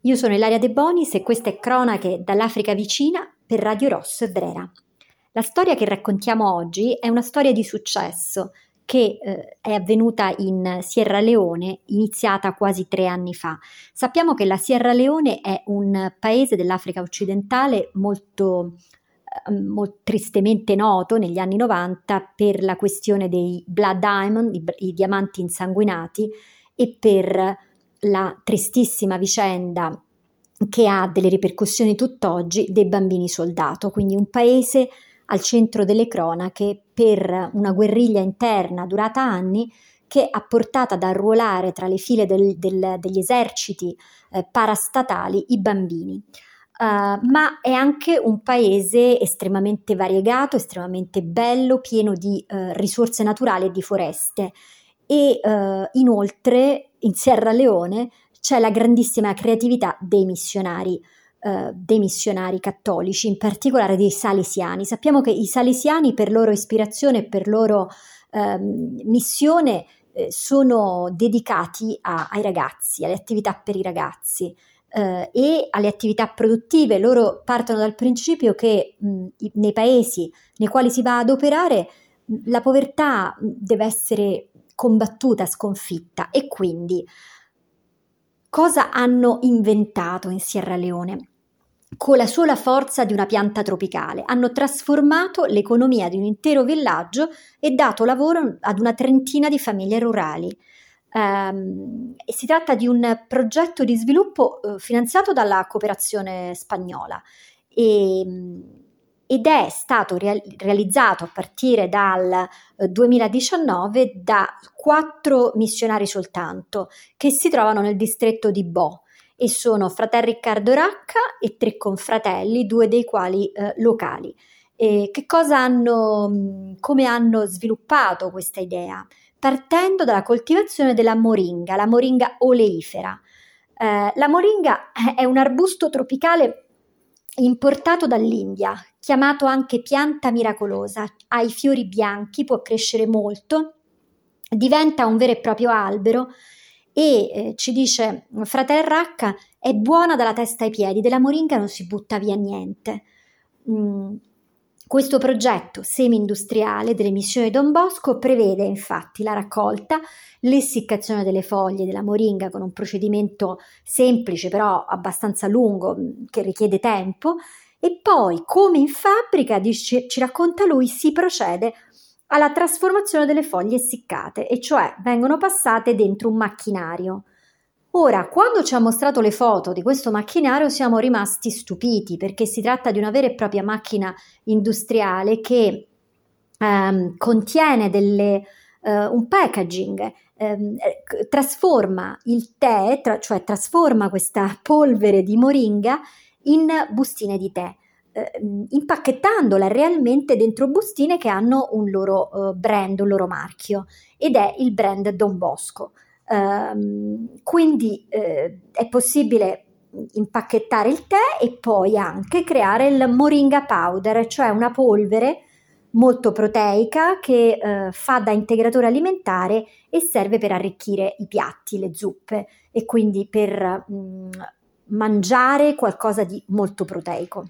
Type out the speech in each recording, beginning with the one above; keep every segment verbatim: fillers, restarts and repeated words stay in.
Io sono Ilaria De Bonis e queste è Cronache dall'Africa vicina per Radio Rosso e Brera. La storia che raccontiamo oggi è una storia di successo che eh, è avvenuta in Sierra Leone, iniziata quasi tre anni fa. Sappiamo che la Sierra Leone è un paese dell'Africa occidentale molto, eh, molto tristemente noto negli anni novanta per la questione dei Blood Diamond, i, i diamanti insanguinati, e per la tristissima vicenda che ha delle ripercussioni tutt'oggi dei bambini soldato, quindi un paese al centro delle cronache per una guerriglia interna durata anni che ha portato ad arruolare tra le file del, del, degli eserciti eh, parastatali i bambini. Uh, ma è anche un paese estremamente variegato, estremamente bello, pieno di uh, risorse naturali e di foreste. E uh, inoltre in Sierra Leone c'è la grandissima creatività dei missionari, uh, dei missionari cattolici, in particolare dei salesiani. Sappiamo che i salesiani, per loro ispirazione e per loro uh, missione, eh, sono dedicati a, ai ragazzi, alle attività per i ragazzi uh, e alle attività produttive. Loro partono dal principio che mh, nei paesi nei quali si va ad operare la povertà deve essere combattuta, sconfitta. E quindi cosa hanno inventato in Sierra Leone? Con la sola forza di una pianta tropicale hanno trasformato l'economia di un intero villaggio e dato lavoro ad una trentina di famiglie rurali. Um, e si tratta di un progetto di sviluppo uh, finanziato dalla cooperazione spagnola e, ed è stato real- realizzato a partire dal uh, duemiladiciannove da quattro missionari soltanto che si trovano nel distretto di Bo e sono fratel Riccardo Racca e tre confratelli, due dei quali uh, locali. E che cosa hanno, come hanno sviluppato questa idea? Partendo dalla coltivazione della moringa, la moringa oleifera. Eh, la moringa è un arbusto tropicale importato dall'India, chiamato anche pianta miracolosa, ha i fiori bianchi, può crescere molto, diventa un vero e proprio albero e eh, ci dice fratel Racca, è buona dalla testa ai piedi, della moringa non si butta via niente. Mm. Questo progetto semi-industriale delle missioni Don Bosco prevede infatti la raccolta, l'essiccazione delle foglie della moringa con un procedimento semplice però abbastanza lungo che richiede tempo e poi, come in fabbrica, dice, ci racconta lui, si procede alla trasformazione delle foglie essiccate, e cioè vengono passate dentro un macchinario. Ora, quando ci ha mostrato le foto di questo macchinario siamo rimasti stupiti perché si tratta di una vera e propria macchina industriale che ehm, contiene delle, eh, un packaging, ehm, trasforma il tè, tra, cioè trasforma questa polvere di moringa in bustine di tè, eh, impacchettandola realmente dentro bustine che hanno un loro eh, brand, un loro marchio, ed è il brand Don Bosco. Uh, quindi uh, è possibile impacchettare il tè e poi anche creare il moringa powder, cioè una polvere molto proteica che uh, fa da integratore alimentare e serve per arricchire i piatti, le zuppe e quindi per um, mangiare qualcosa di molto proteico.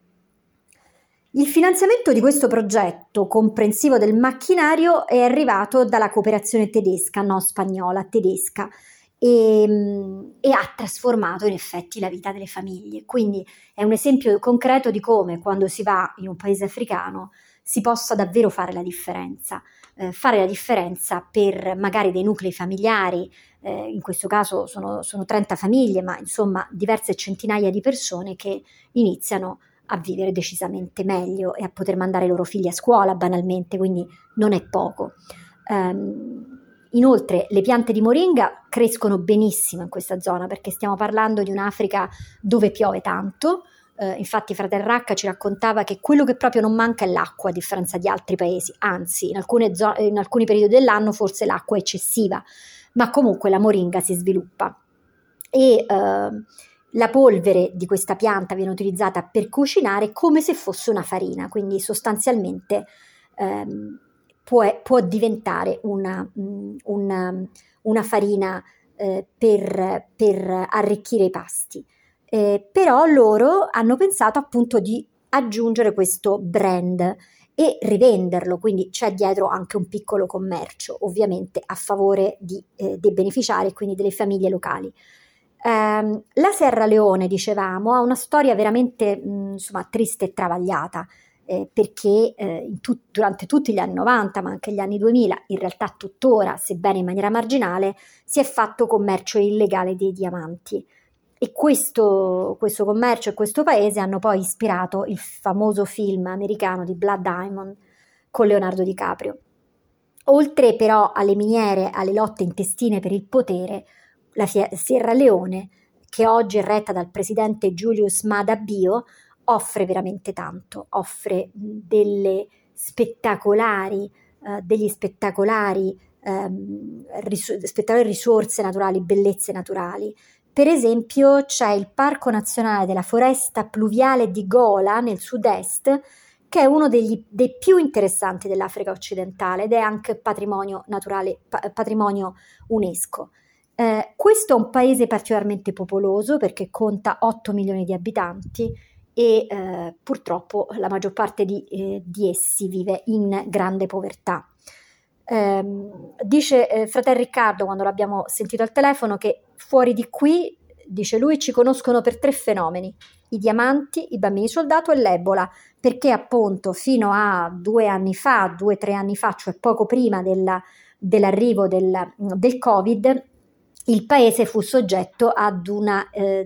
Il finanziamento di questo progetto, comprensivo del macchinario, è arrivato dalla cooperazione tedesca, no spagnola, tedesca, e, e ha trasformato in effetti la vita delle famiglie. Quindi è un esempio concreto di come quando si va in un paese africano si possa davvero fare la differenza, eh, fare la differenza per magari dei nuclei familiari, eh, in questo caso sono, sono trenta famiglie, ma insomma diverse centinaia di persone che iniziano a vivere decisamente meglio e a poter mandare i loro figli a scuola banalmente, quindi non è poco. Um, inoltre le piante di moringa crescono benissimo in questa zona perché stiamo parlando di un'Africa dove piove tanto, uh, infatti fratel Racca ci raccontava che quello che proprio non manca è l'acqua a differenza di altri paesi, anzi in, alcune zo- in alcuni periodi dell'anno forse l'acqua è eccessiva, ma comunque la moringa si sviluppa e uh, la polvere di questa pianta viene utilizzata per cucinare come se fosse una farina, quindi sostanzialmente ehm, può, può diventare una, una, una farina eh, per, per arricchire i pasti. Eh, però loro hanno pensato appunto di aggiungere questo brand e rivenderlo, quindi c'è dietro anche un piccolo commercio, ovviamente a favore di, eh, dei beneficiari, quindi delle famiglie locali. Eh, la Sierra Leone, dicevamo, ha una storia veramente mh, insomma, triste e travagliata, eh, perché eh, in tut- durante tutti gli anni novanta, ma anche gli anni duemila, in realtà tuttora, sebbene in maniera marginale, si è fatto commercio illegale dei diamanti. E questo, questo commercio e questo paese hanno poi ispirato il famoso film americano di Blood Diamond con Leonardo DiCaprio. Oltre però alle miniere, alle lotte intestine per il potere, la Sierra Leone, che oggi è retta dal presidente Julius Maada Bio, offre veramente tanto, offre delle spettacolari, eh, degli spettacolari, ehm, ris- spettacolari risorse naturali, bellezze naturali. Per esempio c'è il Parco Nazionale della Foresta Pluviale di Gola nel sud-est, che è uno degli, dei più interessanti dell'Africa occidentale ed è anche patrimonio naturale, pa- patrimonio UNESCO. Eh, questo è un paese particolarmente popoloso perché conta otto milioni di abitanti e eh, purtroppo la maggior parte di, eh, di essi vive in grande povertà. Eh, dice eh, fratel Riccardo, quando l'abbiamo sentito al telefono, che fuori di qui, dice lui, ci conoscono per tre fenomeni: i diamanti, i bambini soldato e l'Ebola, perché appunto fino a due anni fa, due o tre anni fa, cioè poco prima della, dell'arrivo del, del Covid, il paese fu soggetto ad una eh,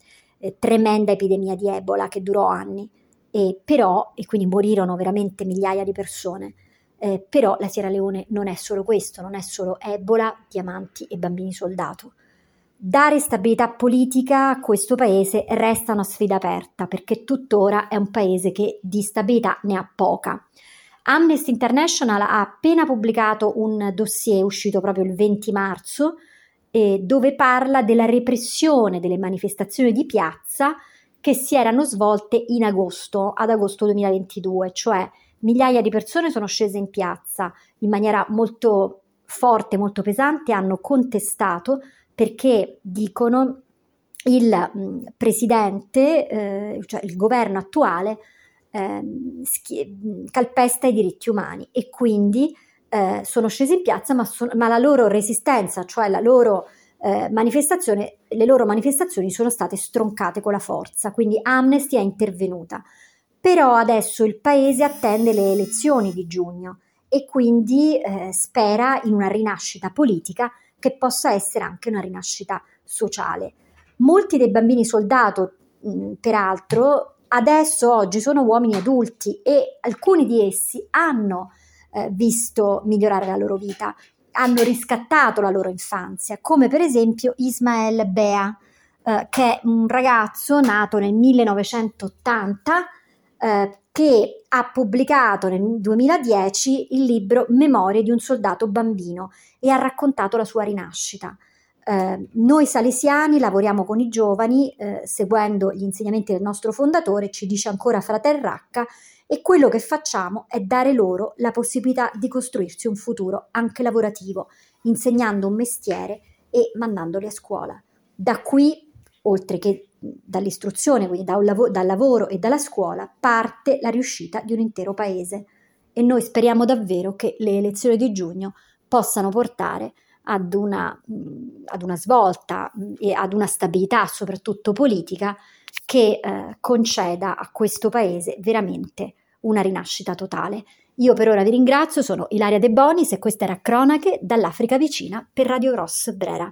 tremenda epidemia di Ebola che durò anni, e però, e quindi morirono veramente migliaia di persone. Eh, però la Sierra Leone non è solo questo, non è solo Ebola, diamanti e bambini soldato. Dare stabilità politica a questo paese resta una sfida aperta, perché tuttora è un paese che di stabilità ne ha poca. Amnesty International ha appena pubblicato un dossier uscito proprio il venti marzo, eh, dove parla della repressione delle manifestazioni di piazza che si erano svolte in agosto, ad agosto duemilaventidue, cioè migliaia di persone sono scese in piazza in maniera molto forte, molto pesante, hanno contestato perché dicono il mh, presidente, eh, cioè il governo attuale, eh, schi- calpesta i diritti umani e quindi eh, sono scesi in piazza, ma, son- ma la loro resistenza, cioè la loro eh, manifestazione, le loro manifestazioni sono state stroncate con la forza, quindi Amnesty è intervenuta. Però adesso il paese attende le elezioni di giugno e quindi eh, spera in una rinascita politica che possa essere anche una rinascita sociale. Molti dei bambini soldato, mh, peraltro, adesso oggi sono uomini adulti e alcuni di essi hanno eh, visto migliorare la loro vita, hanno riscattato la loro infanzia, come per esempio Ismael Bea, eh, che è un ragazzo nato nel millenovecentottanta, eh, che ha pubblicato nel duemiladieci il libro Memorie di un soldato bambino e ha raccontato la sua rinascita. Eh, noi salesiani lavoriamo con i giovani eh, seguendo gli insegnamenti del nostro fondatore, ci dice ancora fratel Racca, e quello che facciamo è dare loro la possibilità di costruirsi un futuro anche lavorativo, insegnando un mestiere e mandandoli a scuola. Da qui, oltre che dall'istruzione, quindi da un lav- dal lavoro e dalla scuola, parte la riuscita di un intero paese. E noi speriamo davvero che le elezioni di giugno possano portare ad una, ad una svolta e ad una stabilità, soprattutto politica, che eh, conceda a questo paese veramente una rinascita totale. Io per ora vi ringrazio, sono Ilaria De Bonis e questa era Cronache dall'Africa Vicina per Radio Ross Brera.